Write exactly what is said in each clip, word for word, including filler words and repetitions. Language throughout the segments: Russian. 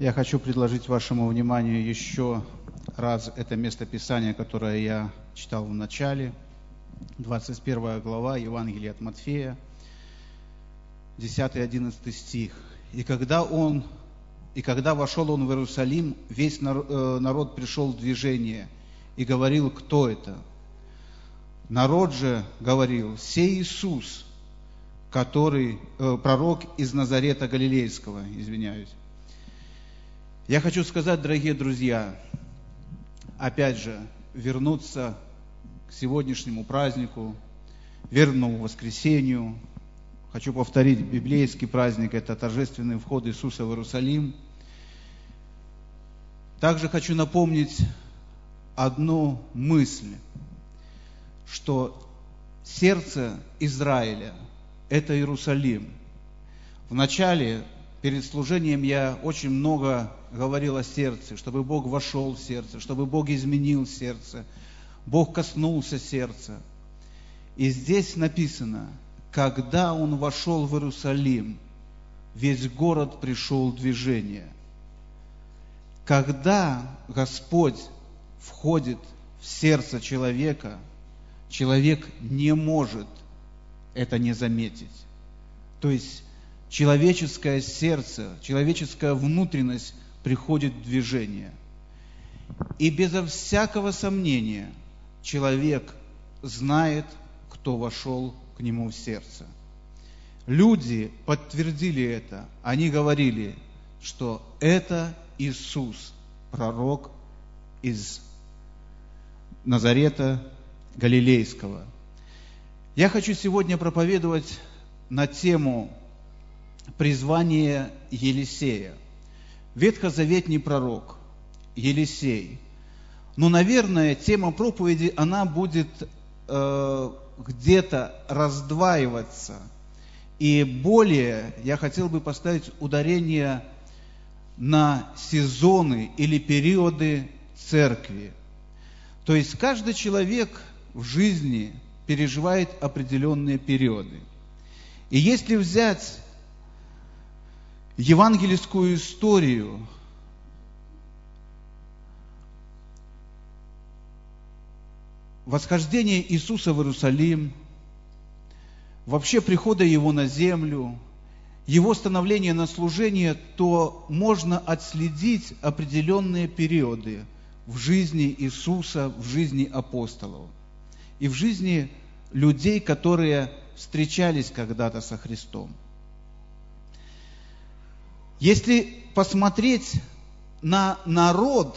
Я хочу предложить вашему вниманию еще раз это местописание, которое я читал в начале, двадцать первая глава Евангелия от Матфея, десятый-одиннадцатый стих. «И когда он, и когда вошел он в Иерусалим, весь народ пришел в движение и говорил, кто это? Народ же говорил, сей Иисус, который, э, пророк из Назарета Галилейского, извиняюсь». Я хочу сказать, дорогие друзья, опять же, вернуться к сегодняшнему празднику, верному воскресению. Хочу повторить, библейский праздник – это торжественный вход Иисуса в Иерусалим. Также хочу напомнить одну мысль, что сердце Израиля – это Иерусалим. Вначале, перед служением, я очень много говорил о сердце, чтобы Бог вошел в сердце, чтобы Бог изменил сердце, Бог коснулся сердца. И здесь написано, когда Он вошел в Иерусалим, весь город пришел в движение. Когда Господь входит в сердце человека, человек не может это не заметить. То есть человеческое сердце, человеческая внутренность приходит в движение. И безо всякого сомнения человек знает, кто вошел к нему в сердце. Люди подтвердили это. Они говорили, что это Иисус, пророк из Назарета Галилейского. Я хочу сегодня проповедовать на тему призвания Елисея. Ветхозаветний пророк Елисей. Но, наверное, тема проповеди, она будет э, где-то раздваиваться. И более я хотел бы поставить ударение на сезоны или периоды церкви. То есть каждый человек в жизни переживает определенные периоды. И если взять евангельскую историю восхождения Иисуса в Иерусалим, вообще прихода Его на землю, Его становления на служение, то можно отследить определенные периоды в жизни Иисуса, в жизни апостолов и в жизни людей, которые встречались когда-то со Христом. Если посмотреть на народ,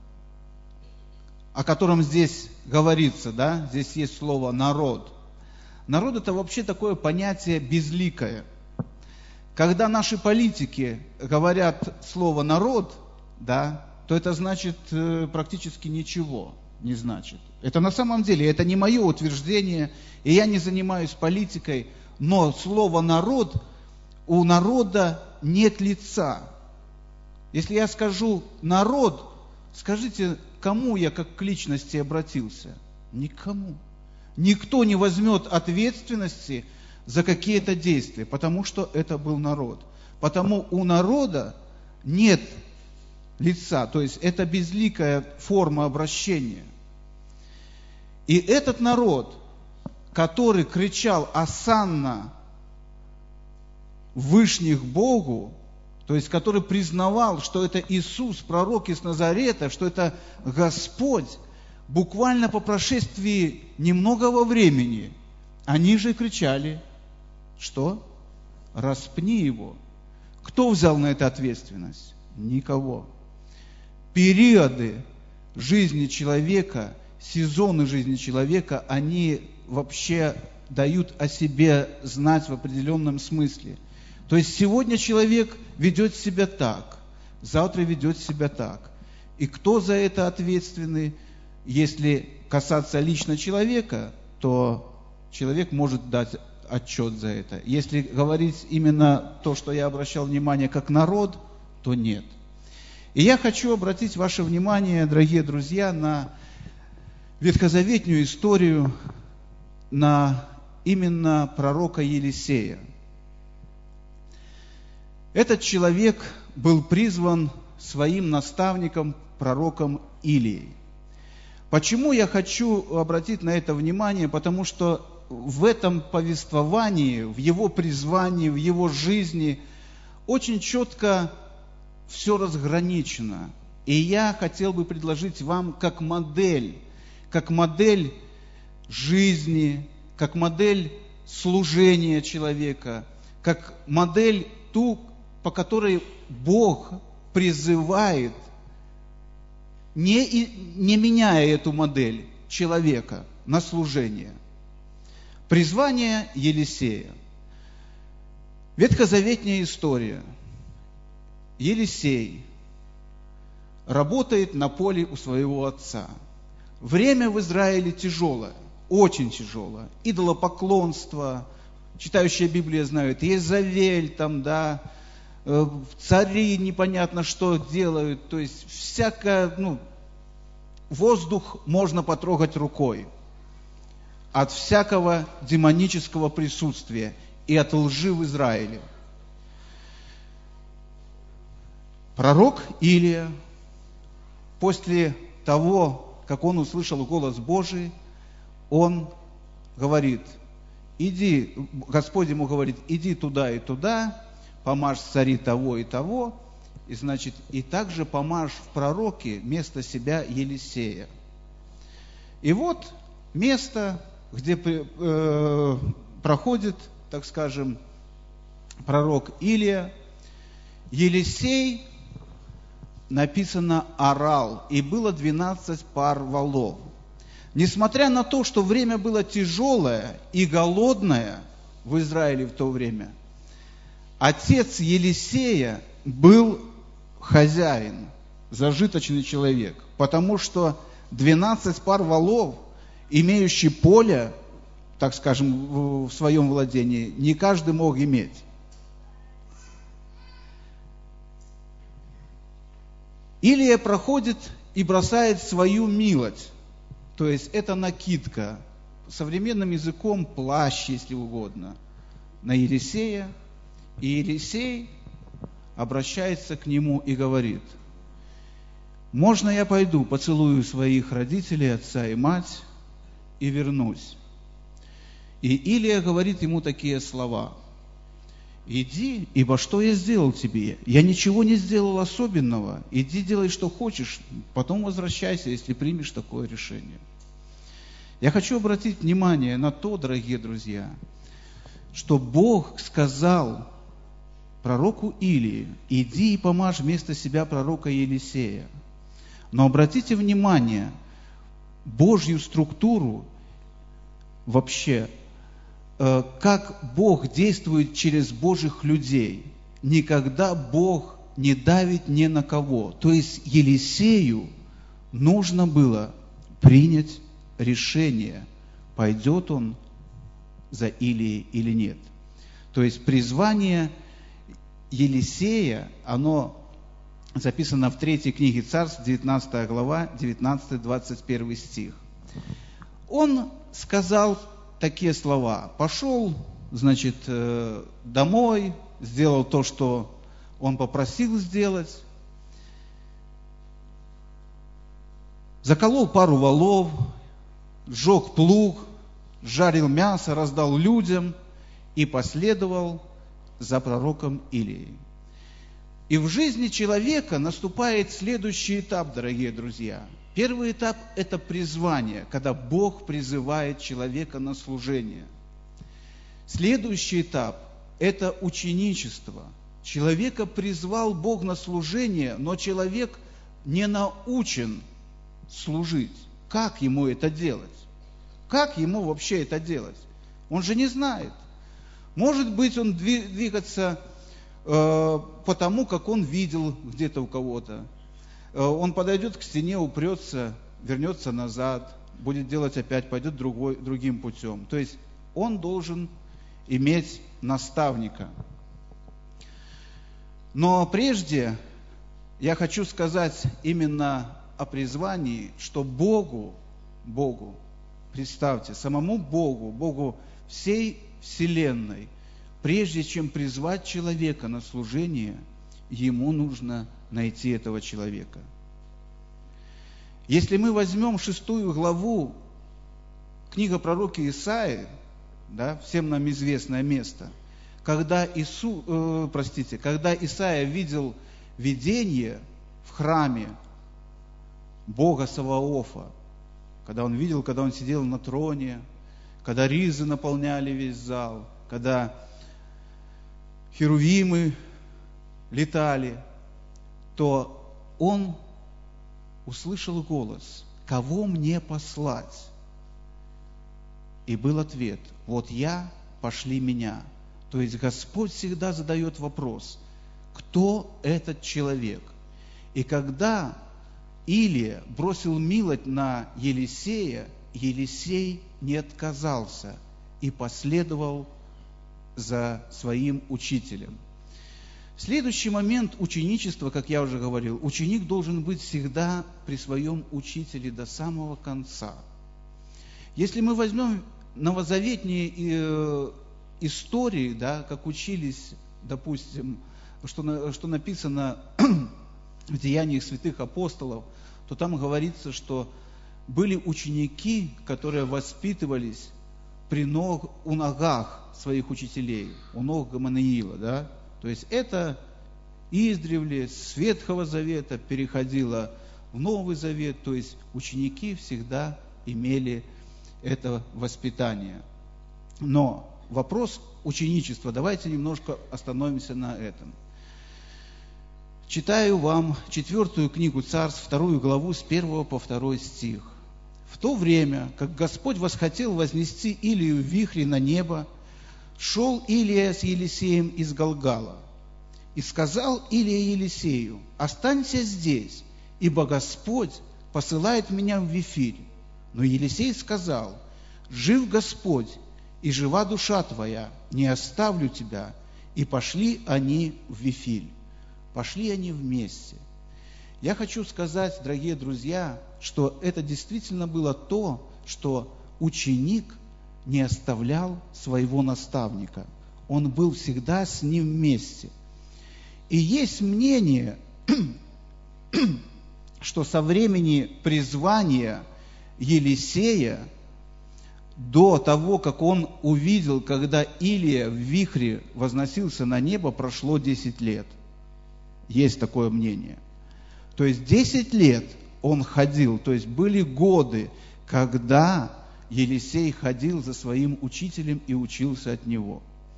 о котором здесь говорится, да, здесь есть слово «народ». Народ – это вообще такое понятие безликое. Когда наши политики говорят слово «народ», да, то это значит э, практически ничего не значит. Это на самом деле, это не мое утверждение, и я не занимаюсь политикой, но слово «народ», у народа нет лица. Если я скажу «народ», скажите, кому я как к личности обратился? Никому. Никто не возьмет ответственности за какие-то действия, потому что это был народ. Потому у народа нет лица, то есть это безликая форма обращения. И этот народ, который кричал «Осанна» вышних Богу, то есть который признавал, что это Иисус, пророк из Назарета, что это Господь, буквально по прошествии немногого времени, они же кричали, что? Распни его. Кто взял на это ответственность? Никого. Периоды жизни человека, сезоны жизни человека, они вообще дают о себе знать в определенном смысле. То есть сегодня человек ведет себя так, завтра ведет себя так. И кто за это ответственный? Если касаться лично человека, то человек может дать отчет за это. Если говорить именно то, что я обращал внимание, как народ, то нет. И я хочу обратить ваше внимание, дорогие друзья, на ветхозаветную историю, на именно пророка Елисея. Этот человек был призван своим наставником, пророком Илией. Почему я хочу обратить на это внимание? Потому что в этом повествовании, в его призвании, в его жизни очень четко все разграничено. И я хотел бы предложить вам как модель, как модель жизни, как модель служения человека, как модель ту, по которой Бог призывает, не, не меняя эту модель человека на служение. Призвание Елисея. Ветхозаветная история. Елисей работает на поле у своего отца. Время в Израиле тяжелое, очень тяжелое. Идолопоклонство, читающие Библию знают, Иезавель там, да, цари непонятно что делают, то есть всякое, ну, воздух можно потрогать рукой от всякого демонического присутствия и от лжи в Израиле. Пророк Илия, после того, как он услышал голос Божий, он говорит, иди, Господь ему говорит, иди туда и туда, помажь цари того и того, и значит, и также помажь в пророке вместо себя Елисея. И вот место, где э, проходит, так скажем, пророк Илия, Елисей, написано, орал, и было двенадцать пар волов. Несмотря на то, что время было тяжелое и голодное в Израиле в то время, отец Елисея был хозяин, зажиточный человек, потому что двенадцать пар волов, имеющие поле, так скажем, в своем владении, не каждый мог иметь. Илия проходит и бросает свою милость, то есть это накидка, современным языком плащ, если угодно, на Елисея, и Елисей обращается к нему и говорит, можно я пойду, поцелую своих родителей, отца и мать, и вернусь. И Илия говорит ему такие слова, иди, ибо что я сделал тебе? Я ничего не сделал особенного. Иди, делай, что хочешь, потом возвращайся, если примешь такое решение. Я хочу обратить внимание на то, дорогие друзья, что Бог сказал пророку Илии, иди и помажь вместо себя пророка Елисея. Но обратите внимание, Божью структуру вообще, как Бог действует через Божьих людей. Никогда Бог не давит ни на кого. То есть Елисею нужно было принять решение, пойдет он за Илией или нет. То есть призвание Елисея, оно записано в третьей книге Царств, девятнадцатая глава, девятнадцатый-двадцать первый стих. Он сказал такие слова. Пошел, значит, домой, сделал то, что он попросил сделать, заколол пару волов, сжег плуг, жарил мясо, раздал людям и последовал за пророком Илией. И в жизни человека наступает следующий этап, дорогие друзья. Первый этап – это призвание, когда Бог призывает человека на служение. Следующий этап – это ученичество. Человека призвал Бог на служение, но человек не научен служить. Как ему это делать? Как ему вообще это делать? Он же не знает. Может быть, он двигаться э, по тому, как он видел где-то у кого-то. Он подойдет к стене, упрется, вернется назад, будет делать опять, пойдет другой, другим путем. То есть он должен иметь наставника. Но прежде я хочу сказать именно о призвании, что Богу, Богу, представьте, самому Богу, Богу всей вселенной, прежде чем призвать человека на служение, ему нужно найти этого человека. Если мы возьмем шестую главу, книга пророка Исаии, да, всем нам известное место, когда, Ису, э, простите, когда Исаия видел видение в храме Бога Саваофа, когда он видел, когда он сидел на троне, когда ризы наполняли весь зал, когда херувимы летали, то он услышал голос: «Кого мне послать?» И был ответ: «Вот я, пошли меня». То есть Господь всегда задает вопрос: кто этот человек? И когда Илия бросил милость на Елисея, Елисей не отказался и последовал за своим учителем. В следующий момент ученичества, как я уже говорил, ученик должен быть всегда при своем учителе до самого конца. Если мы возьмем новозаветные истории, да, как учились, допустим, что, что написано в Деяниях святых апостолов, то там говорится, что были ученики, которые воспитывались при ног, у ногах своих учителей, у ног Гамалиила, да? То есть это издревле с Ветхого Завета переходило в Новый Завет, то есть ученики всегда имели это воспитание. Но вопрос ученичества, давайте немножко остановимся на этом. Читаю вам четвертую книгу Царств, вторую главу, с первого по второй стих. «В то время, как Господь восхотел вознести Илию в вихре на небо, шел Илия с Елисеем из Галгала. И сказал Илия Елисею: останься здесь, ибо Господь посылает меня в Вифиль. Но Елисей сказал: жив Господь, и жива душа твоя, не оставлю тебя. И пошли они в Вифиль». Пошли они вместе. Я хочу сказать, дорогие друзья, что это действительно было то, что ученик не оставлял своего наставника. Он был всегда с ним вместе. И есть мнение, что со времени призвания Елисея до того, как он увидел, когда Илия в вихре возносился на небо, прошло десять лет. Есть такое мнение. То есть десять лет он ходил, то есть были годы, когда Елисей ходил за своим учителем и учился от него.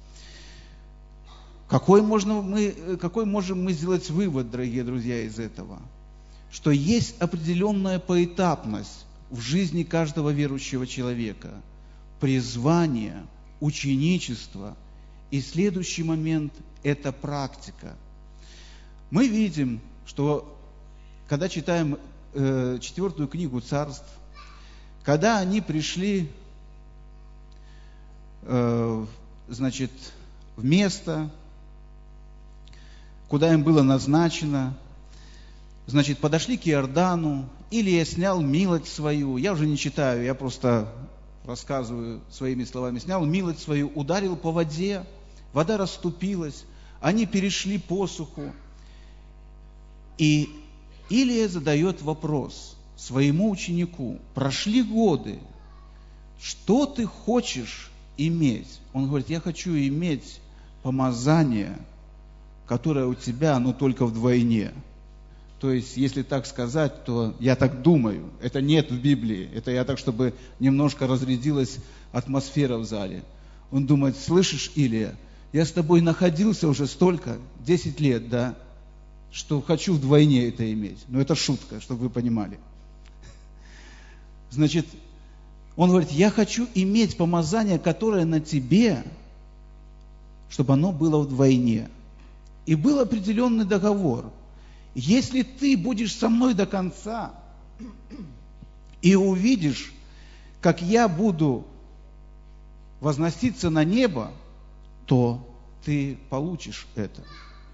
Какой, можно мы, какой можем мы сделать вывод, дорогие друзья, из этого? Что есть определенная поэтапность в жизни каждого верующего человека. Призвание, ученичество. И следующий момент – это практика. Мы видим, что когда читаем э, четвертую книгу Царств, когда они пришли э, значит, в место, куда им было назначено, значит, подошли к Иордану, Илия снял милость свою, я уже не читаю, я просто рассказываю своими словами, снял милость свою, ударил по воде, вода расступилась, они перешли посуху. И Илия задает вопрос своему ученику: прошли годы, что ты хочешь иметь? Он говорит: я хочу иметь помазание, которое у тебя, но только вдвойне. То есть, если так сказать, то я так думаю, это нет в Библии, это я так, чтобы немножко разрядилась атмосфера в зале. Он думает: слышишь, Илия, я с тобой находился уже столько, десять лет, да, что хочу вдвойне это иметь. Но это шутка, чтобы вы понимали. Значит, он говорит: я хочу иметь помазание, которое на тебе, чтобы оно было вдвойне. И был определенный договор. Если ты будешь со мной до конца и увидишь, как я буду возноситься на небо, то ты получишь это.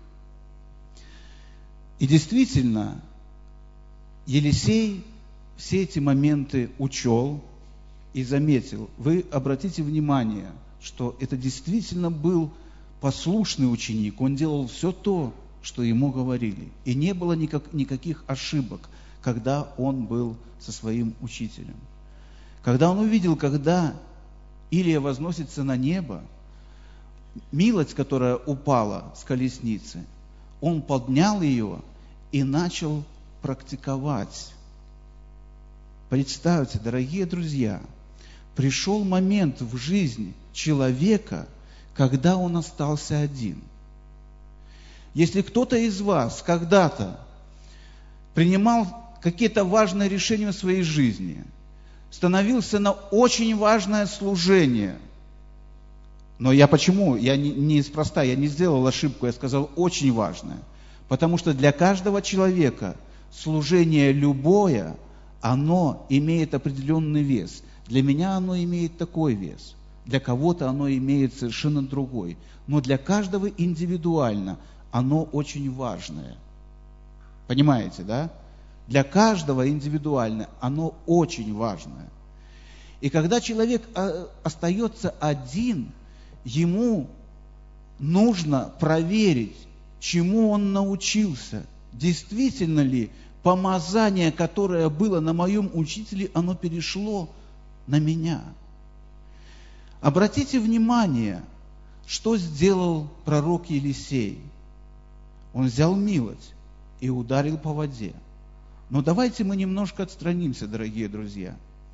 И действительно, Елисей все эти моменты учел и заметил. Вы обратите внимание, что это действительно был послушный ученик. Он делал все то, что ему говорили. И не было никак, никаких ошибок, когда он был со своим учителем. Когда он увидел, когда Илия возносится на небо, милость, которая упала с колесницы, он поднял ее и начал практиковать. Представьте, дорогие друзья, пришел момент в жизни человека, когда он остался один. Если кто-то из вас когда-то принимал какие-то важные решения в своей жизни, становился на очень важное служение, но я почему? Я не, неспроста, я не сделал ошибку, я сказал очень важное. Потому что для каждого человека служение любое, оно имеет определенный вес. Для меня оно имеет такой вес. Для кого-то оно имеет совершенно другой. Но для каждого индивидуально оно очень важное. Понимаете, да? Для каждого индивидуально оно очень важное. И когда человек остается один, ему нужно проверить, чему он научился. Действительно ли помазание, которое было на моем учителе, оно перешло на меня. Обратите внимание, что сделал пророк Елисей. Он взял милость и ударил по воде. Но давайте мы немножко отстранимся, дорогие друзья.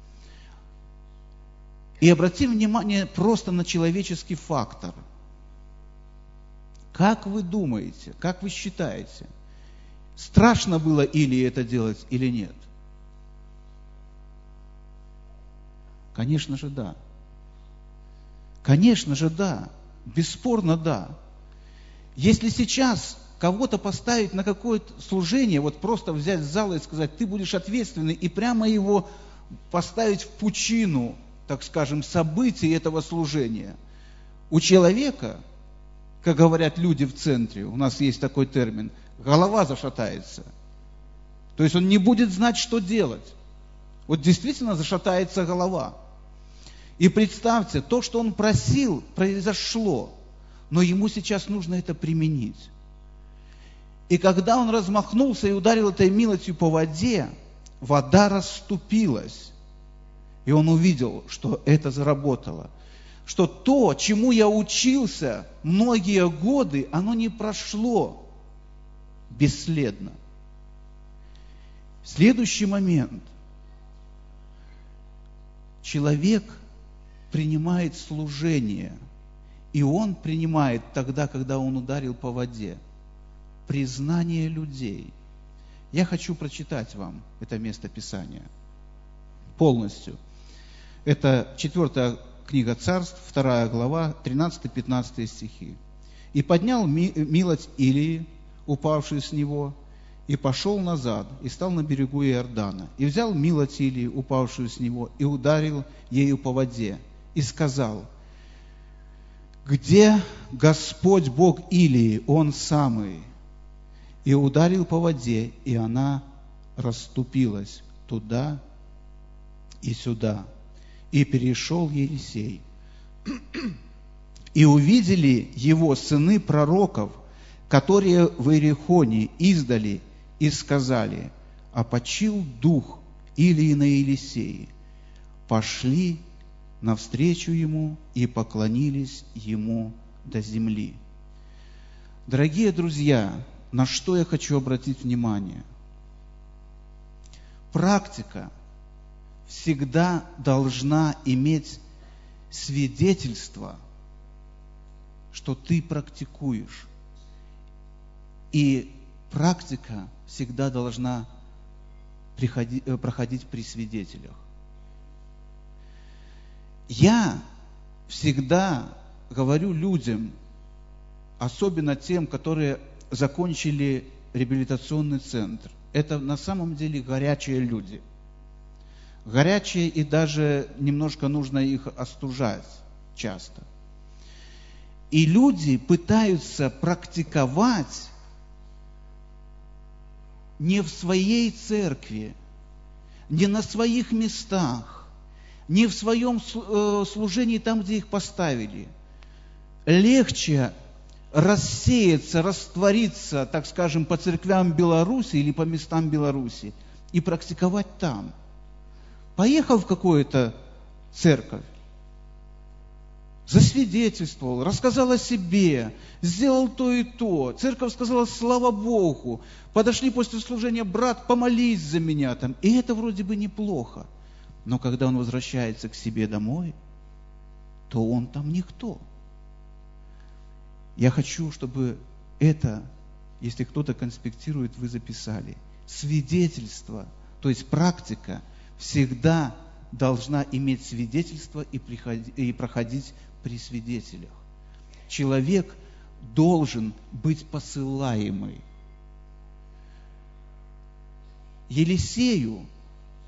И обратим внимание просто на человеческий фактор. Как вы думаете, как вы считаете, страшно было Илии это делать или нет? Конечно же, да. Конечно же, да. Бесспорно, да. Если сейчас кого-то поставить на какое-то служение, вот просто взять с зала и сказать, ты будешь ответственный, и прямо его поставить в пучину, так скажем, событий этого служения, у человека, как говорят люди в центре, у нас есть такой термин, голова зашатается. То есть он не будет знать, что делать. Вот действительно зашатается голова. И представьте, то, что он просил, произошло, но ему сейчас нужно это применить. И когда он размахнулся и ударил этой милостью по воде, вода расступилась. И он увидел, что это заработало. Что то, чему я учился многие годы, оно не прошло бесследно. Следующий момент. Человек принимает служение. И он принимает тогда, когда он ударил по воде, признание людей. Я хочу прочитать вам это место Писания полностью. Это четвертая книга Царств, вторая глава, тринадцатый-пятнадцатый стихи. «И поднял ми- милость Илии, упавшую с него, и пошел назад, и стал на берегу Иордана. И взял милость Илии, упавшую с него, и ударил ею по воде, и сказал: где Господь Бог Илии, Он самый? И ударил по воде, и она расступилась туда и сюда. И перешел Елисей. И увидели его сыны пророков, которые в Иерихоне издали, и сказали: опочил дух Илии на Елисее. Пошли навстречу ему и поклонились ему до земли». Дорогие друзья, на что я хочу обратить внимание? Практика всегда должна иметь свидетельство, что ты практикуешь. И практика всегда должна приходить, проходить при свидетелях. Я всегда говорю людям, особенно тем, которые закончили реабилитационный центр, это на самом деле горячие люди. Горячие, и даже немножко нужно их остужать часто. И люди пытаются практиковать не в своей церкви, не на своих местах, не в своем служении там, где их поставили. Легче рассеяться, раствориться, так скажем, по церквям Беларуси или по местам Беларуси и практиковать там. Поехал в какую-то церковь, засвидетельствовал, рассказал о себе, сделал то и то. Церковь сказала: слава Богу. Подошли после служения: брат, помолись за меня там. И это вроде бы неплохо. Но когда он возвращается к себе домой, то он там никто. Я хочу, чтобы это, если кто-то конспектирует, вы записали. Свидетельство, то есть практика, всегда должна иметь свидетельство и, приходи, и проходить при свидетелях. Человек должен быть посылаемый. Елисею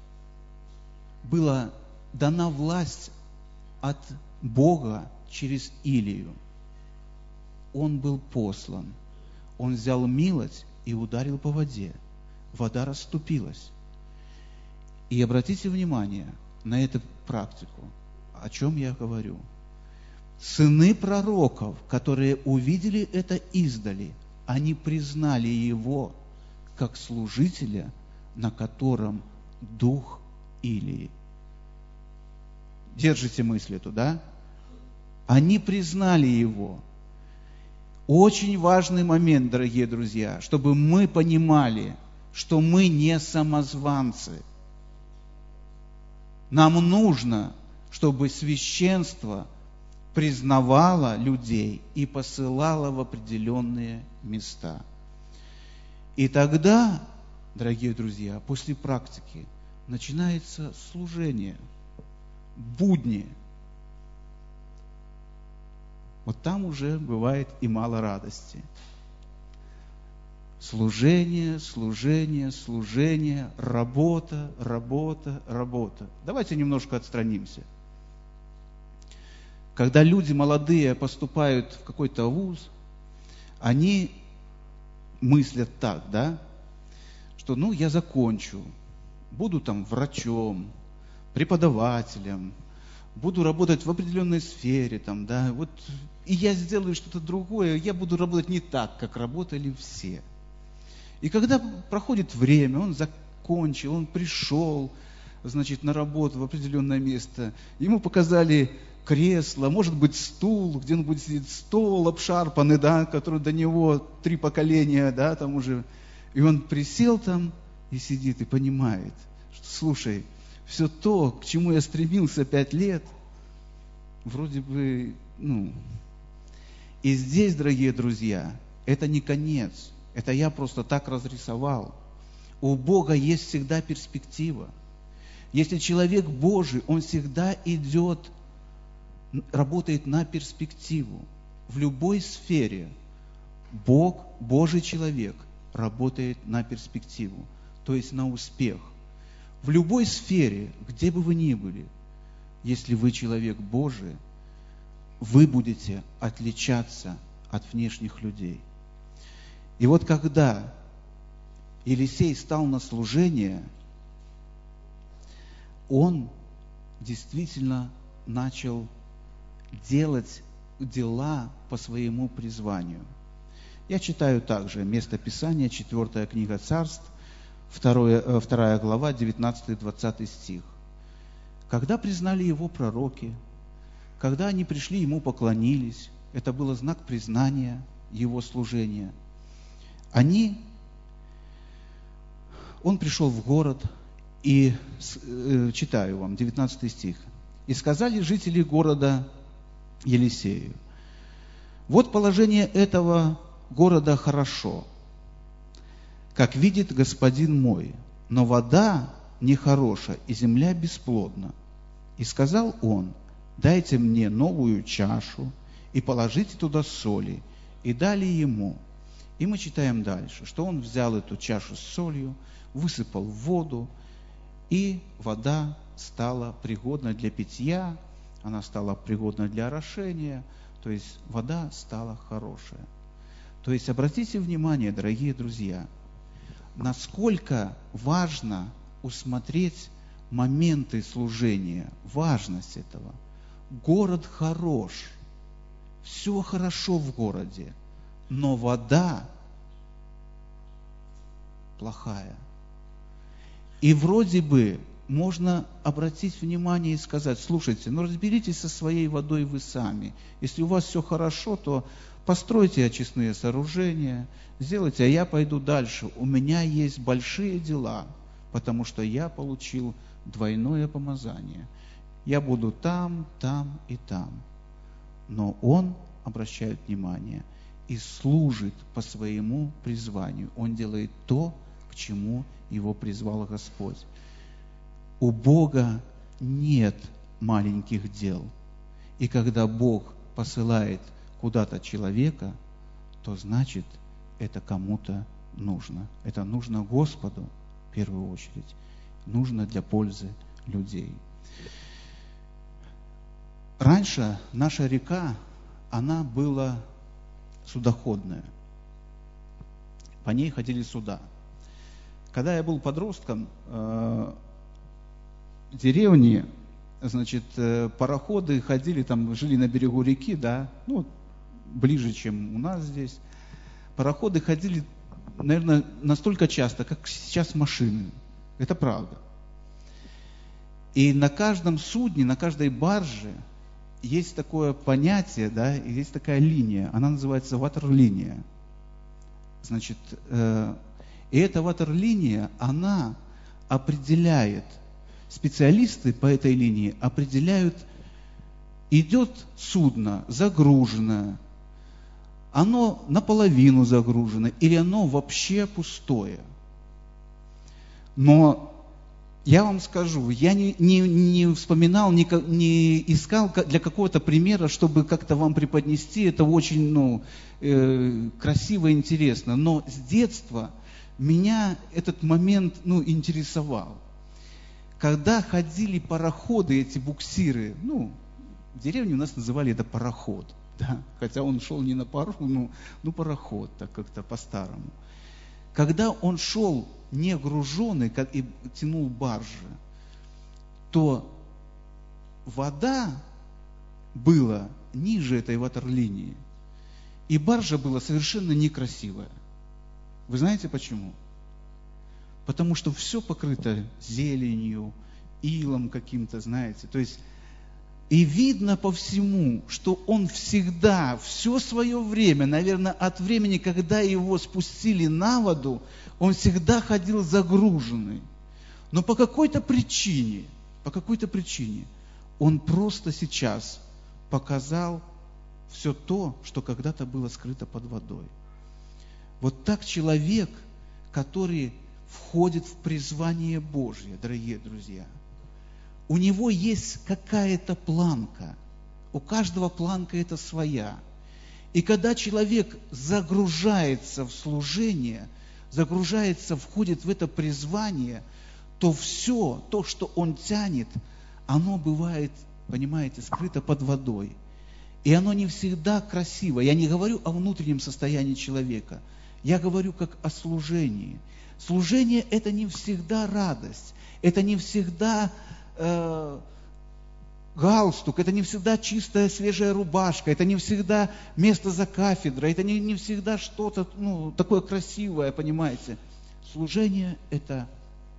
была дана власть от Бога через Илию. Он был послан. Он взял милость и ударил по воде. Вода расступилась. И обратите внимание на эту практику. О чем я говорю? Сыны пророков, которые увидели это издали, они признали его как служителя, на котором дух Илии. Держите мысль эту, да? Они признали его. Очень важный момент, дорогие друзья, чтобы мы понимали, что мы не самозванцы. Нам нужно, чтобы священство признавало людей и посылало в определенные места. И тогда, дорогие друзья, после практики начинается служение, будни. Вот там уже бывает и мало радости. Служение, служение, служение, работа, работа, работа. Давайте немножко отстранимся. Когда люди молодые поступают в какой-то вуз, они мыслят так, да, что ну я закончу, буду там врачом, преподавателем, буду работать в определенной сфере, там, да, вот, и я сделаю что-то другое, я буду работать не так, как работали все. И когда проходит время, он закончил, он пришел, значит, на работу в определенное место, ему показали кресло, может быть, стул, где он будет сидеть, стол обшарпанный, да, который до него три поколения, да, там уже, и он присел там и сидит и понимает, что, слушай, все то, к чему я стремился пять лет, вроде бы, ну... И здесь, дорогие друзья, это не конец. Это я просто так разрисовал. У Бога есть всегда перспектива. Если человек Божий, он всегда идет, работает на перспективу. В любой сфере Бог, Божий человек, работает на перспективу, то есть на успех. В любой сфере, где бы вы ни были, если вы человек Божий, вы будете отличаться от внешних людей. И вот когда Елисей стал на служение, он действительно начал делать дела по своему призванию. Я читаю также место Писания, четвертая книга Царств, второе, вторая глава, девятнадцатый-двадцатый стих. Когда признали его пророки, когда они пришли, ему поклонились, это было знак признания его служения. Они, он пришел в город, и, э, читаю вам, девятнадцатый стих. «И сказали жители города Елисею: вот положение этого города хорошо, как видит господин мой, но вода нехороша, и земля бесплодна. И сказал он: дайте мне новую чашу, и положите туда соли, и дали ему». И мы читаем дальше, что он взял эту чашу с солью, высыпал в воду, и вода стала пригодна для питья, она стала пригодна для орошения, то есть вода стала хорошая. То есть обратите внимание, дорогие друзья, насколько важно усмотреть моменты служения, важность этого. Город хорош, все хорошо в городе, но вода плохая. И вроде бы можно обратить внимание и сказать: слушайте, ну разберитесь со своей водой вы сами. Если у вас все хорошо, то постройте очистные сооружения, сделайте, а я пойду дальше. У меня есть большие дела, потому что я получил двойное помазание. Я буду там, там и там. Но он обращает внимание и служит по своему призванию. Он делает то, к чему его призвал Господь. У Бога нет маленьких дел. И когда Бог посылает куда-то человека, то значит, это кому-то нужно. Это нужно Господу в первую очередь. Нужно для пользы людей. Раньше наша река, она была судоходная. По ней ходили суда. Когда я был подростком, в деревне, значит, пароходы ходили, там жили на берегу реки, да, ну, ближе, чем у нас здесь. Пароходы ходили, наверное, настолько часто, как сейчас машины. Это правда. И на каждом судне, на каждой барже есть такое понятие, да, и есть такая линия, она называется ватерлиния. Значит, э, и эта ватерлиния, она определяет, специалисты по этой линии определяют, идет судно загруженное, оно наполовину загружено или оно вообще пустое. Но я вам скажу, я не, не, не вспоминал, не, не искал для какого-то примера, чтобы как-то вам преподнести. Это очень ну, э, красиво и интересно. Но с детства меня этот момент ну, интересовал. Когда ходили пароходы, эти буксиры, ну, в деревне у нас называли это пароход. Да? Хотя он шел не на пару, ну, ну пароход, так как-то по-старому. Когда он шел не груженный и тянул баржи, то вода была ниже этой ватерлинии, и баржа была совершенно некрасивая. Вы знаете почему? Потому что все покрыто зеленью, илом каким-то, знаете. То есть, и видно по всему, что он всегда, все свое время, наверное, от времени, когда его спустили на воду, он всегда ходил загруженный. Но по какой-то причине, по какой-то причине, он просто сейчас показал все то, что когда-то было скрыто под водой. Вот так человек, который входит в призвание Божье, дорогие друзья, у него есть какая-то планка. У каждого планка это своя. И когда человек загружается в служение, загружается, входит в это призвание, то все, то, что он тянет, оно бывает, понимаете, скрыто под водой. И оно не всегда красиво. Я не говорю о внутреннем состоянии человека. Я говорю как о служении. Служение – это не всегда радость. Это не всегда э, галстук. Это не всегда чистая свежая рубашка. Это не всегда место за кафедрой. Это не, не всегда что-то ну, такое красивое, понимаете. Служение – это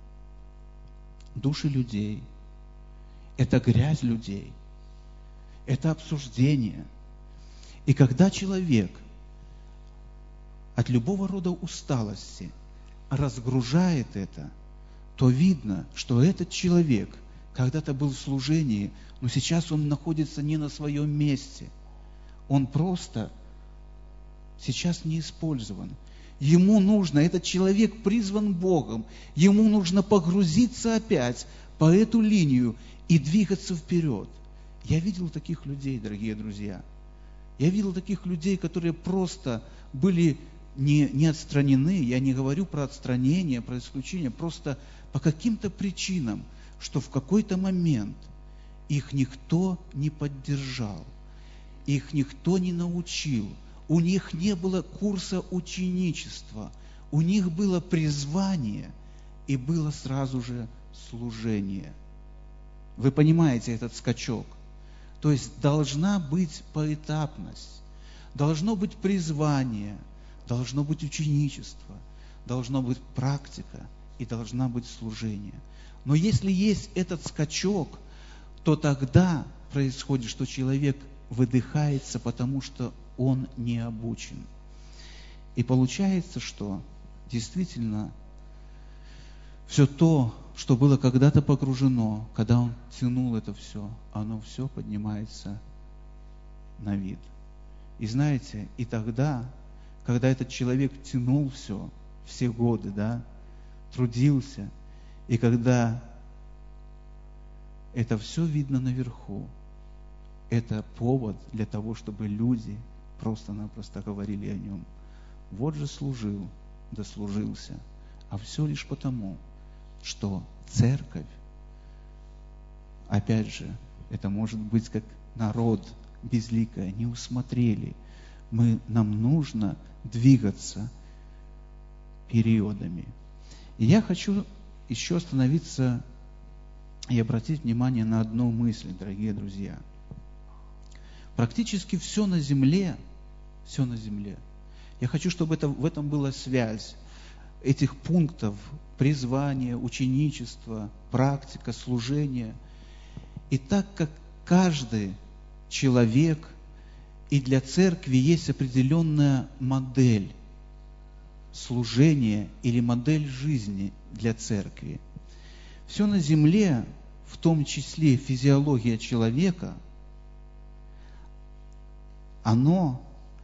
души людей. Это грязь людей. Это обсуждение. И когда человек от любого рода усталости разгружает это, то видно, что этот человек когда-то был в служении, но сейчас он находится не на своем месте. Он просто сейчас не использован. Ему нужно, этот человек призван Богом, ему нужно погрузиться опять по эту линию и двигаться вперед. Я видел таких людей, дорогие друзья. Я видел таких людей, которые просто были не, не отстранены. Я не говорю про отстранение, про исключение. Просто по каким-то причинам, что в какой-то момент их никто не поддержал, их никто не научил. У них не было курса ученичества. У них было призвание и было сразу же служение. Вы понимаете этот скачок? То есть должна быть поэтапность, Должно быть призвание, должно быть ученичество, должна быть практика и должна быть служение. Но если есть этот скачок, то тогда происходит, что человек выдыхается, потому что он не обучен. И получается, что действительно все то, что было когда-то погружено, когда он тянул это все, оно все поднимается на вид. И знаете, и тогда, когда этот человек тянул все, все годы, да, трудился, и когда это все видно наверху, это повод для того, чтобы люди просто-напросто говорили о нем. Вот же служил, дослужился, а все лишь потому, что церковь, опять же, это может быть как народ безликий, не усмотрели. Мы, нам нужно двигаться периодами. И я хочу еще остановиться и обратить внимание на одну мысль, дорогие друзья. Практически все на земле, все на земле. Я хочу, чтобы это, в этом была связь этих пунктов: призвание, ученичество, практика, служение. И так как каждый человек, и для церкви есть определенная модель служения или модель жизни для церкви. Все на земле, в том числе физиология человека, оно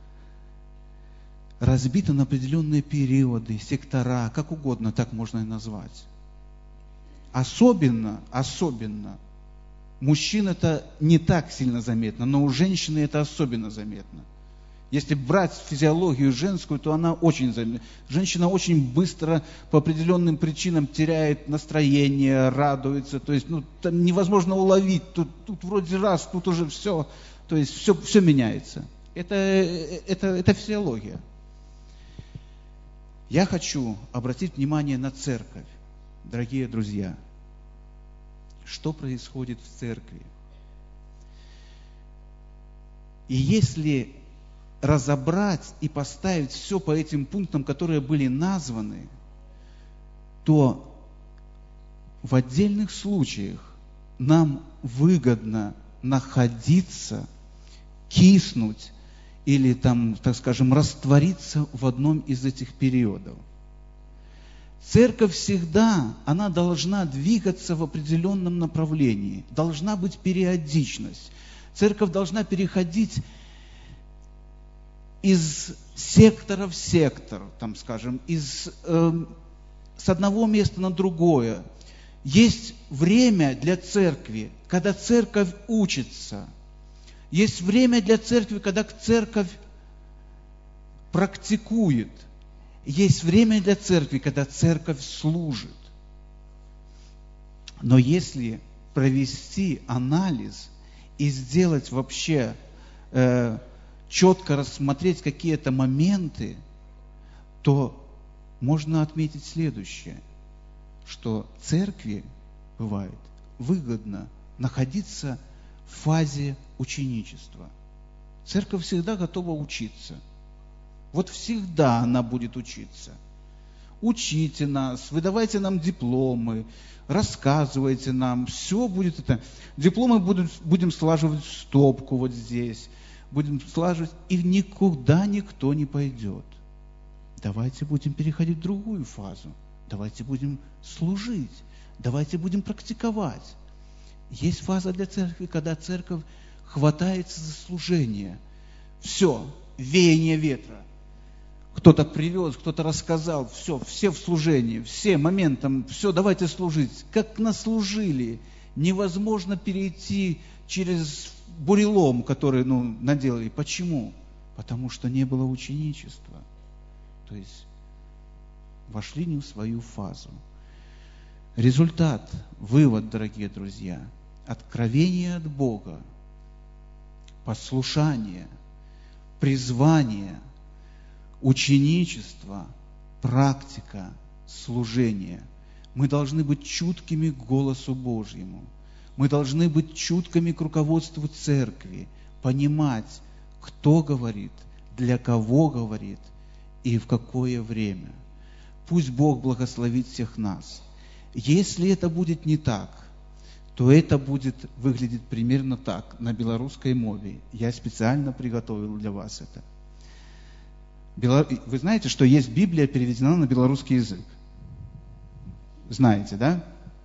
разбито на определенные периоды, сектора, как угодно, так можно и назвать. Особенно, особенно, мужчин это не так сильно заметно, но у женщины это особенно заметно. Если брать физиологию женскую, то она очень заметна. Женщина очень быстро по определенным причинам теряет настроение, радуется. То есть, ну, там невозможно уловить. Тут, тут вроде раз, тут уже все. То есть, все, все меняется. Это, это, это физиология. Я хочу обратить внимание на церковь, дорогие друзья. Что происходит в церкви? И если разобрать и поставить все по этим пунктам, которые были названы, то в отдельных случаях нам выгодно находиться, киснуть или там, так скажем, раствориться в одном из этих периодов. Церковь всегда, она должна двигаться в определенном направлении, должна быть периодичность. Церковь должна переходить из сектора в сектор, там, скажем, из, э, с одного места на другое. Есть время для церкви, когда церковь учится. Есть время для церкви, когда церковь практикует. Есть время для церкви, когда церковь служит. Но если провести анализ и сделать вообще, э, четко рассмотреть какие-то моменты, то можно отметить следующее, что церкви бывает выгодно находиться в фазе ученичества. Церковь всегда готова учиться. Вот всегда она будет учиться. Учите нас, выдавайте нам дипломы, рассказывайте нам, все будет это. Дипломы будем, будем слаживать в стопку вот здесь, будем слаживать, и никуда никто не пойдет. Давайте будем переходить в другую фазу. Давайте будем служить. Давайте будем практиковать. Есть фаза для церкви, когда церковь хватается за служение. Все, веяние ветра. Кто-то привез, кто-то рассказал, все, все в служении, все моментом, все, давайте служить. Как наслужили, невозможно перейти через бурелом, который, ну, наделали. Почему? Потому что не было ученичества. То есть вошли не в свою фазу. Результат, вывод, дорогие друзья, откровение от Бога, послушание, призвание, ученичество, практика, служение. Мы должны быть чуткими к голосу Божьему. Мы должны быть чуткими к руководству церкви, понимать, кто говорит, для кого говорит и в какое время. Пусть Бог благословит всех нас. Если это будет не так, то это будет выглядеть примерно так на белорусской мове. Я специально приготовил для вас это. Вы знаете, что есть Библия, переведена на белорусский язык? Знаете, да?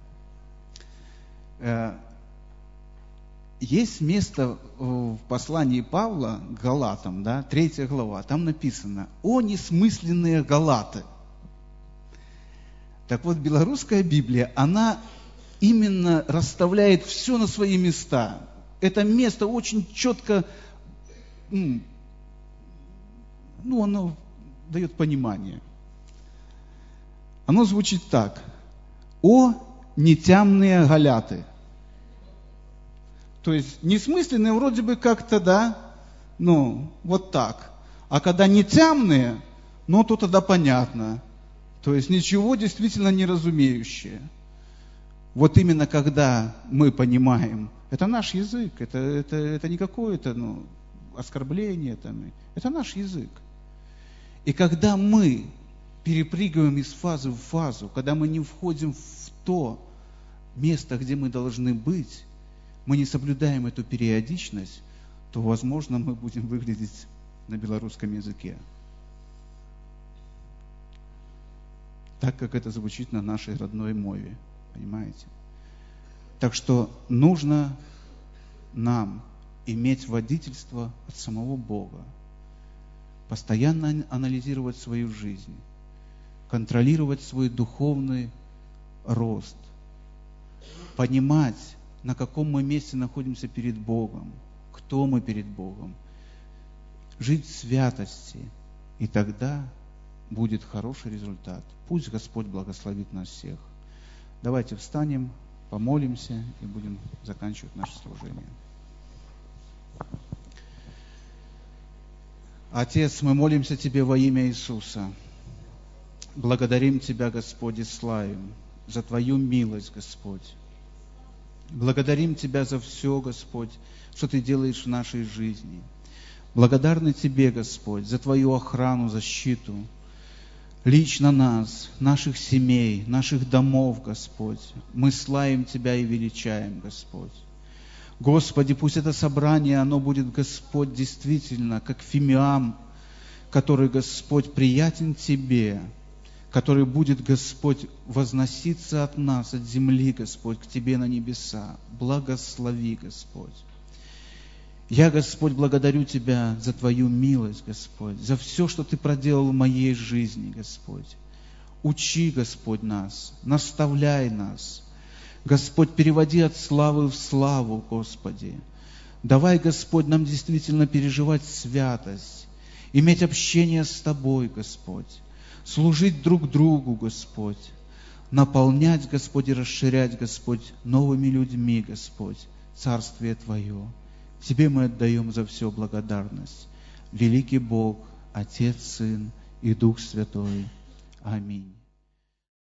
Есть место в послании Павла к Галатам, да, третья глава, там написано: «О несмысленные галаты». Так вот, белорусская Библия, она именно расставляет все на свои места. Это место очень четко, ну, оно дает понимание. Оно звучит так: «О нетямные галяты». То есть несмысленные вроде бы как-то, да, ну, вот так. А когда нетямные, ну, то тогда понятно. То есть ничего действительно не разумеющее. Вот именно когда мы понимаем, это наш язык, это, это, это не какое-то, ну, оскорбление, там, это наш язык. И когда мы перепрыгиваем из фазы в фазу, когда мы не входим в то место, где мы должны быть, мы не соблюдаем эту периодичность, то, возможно, мы будем выглядеть на белорусском языке так, как это звучит на нашей родной мове. Понимаете? Так что нужно нам иметь водительство от самого Бога, постоянно анализировать свою жизнь, контролировать свой духовный рост, понимать, на каком мы месте находимся перед Богом, кто мы перед Богом, жить в святости, и тогда будет хороший результат. Пусть Господь благословит нас всех. Давайте встанем, помолимся и будем заканчивать наше служение. Отец, мы молимся Тебе во имя Иисуса. Благодарим Тебя, Господь, и славим за Твою милость, Господь. Благодарим Тебя за все, Господь, что Ты делаешь в нашей жизни. Благодарны Тебе, Господь, за Твою охрану, защиту. Лично нас, наших семей, наших домов, Господь. Мы славим Тебя и величаем, Господь. Господи, пусть это собрание, оно будет, Господь, действительно, как фимиам, который, Господь, приятен Тебе, который будет, Господь, возноситься от нас, от земли, Господь, к Тебе на небеса. Благослови, Господь. Я, Господь, благодарю Тебя за Твою милость, Господь, за все, что Ты проделал в моей жизни, Господь. Учи, Господь, нас, наставляй нас. Господь, переводи от славы в славу, Господи. Давай, Господь, нам действительно переживать святость, иметь общение с Тобой, Господь, служить друг другу, Господь, наполнять, Господь, и расширять, Господь, новыми людьми, Господь, Царствие Твое. Тебе мы отдаем за все благодарность. Великий Бог, Отец, Сын и Дух Святой. Аминь.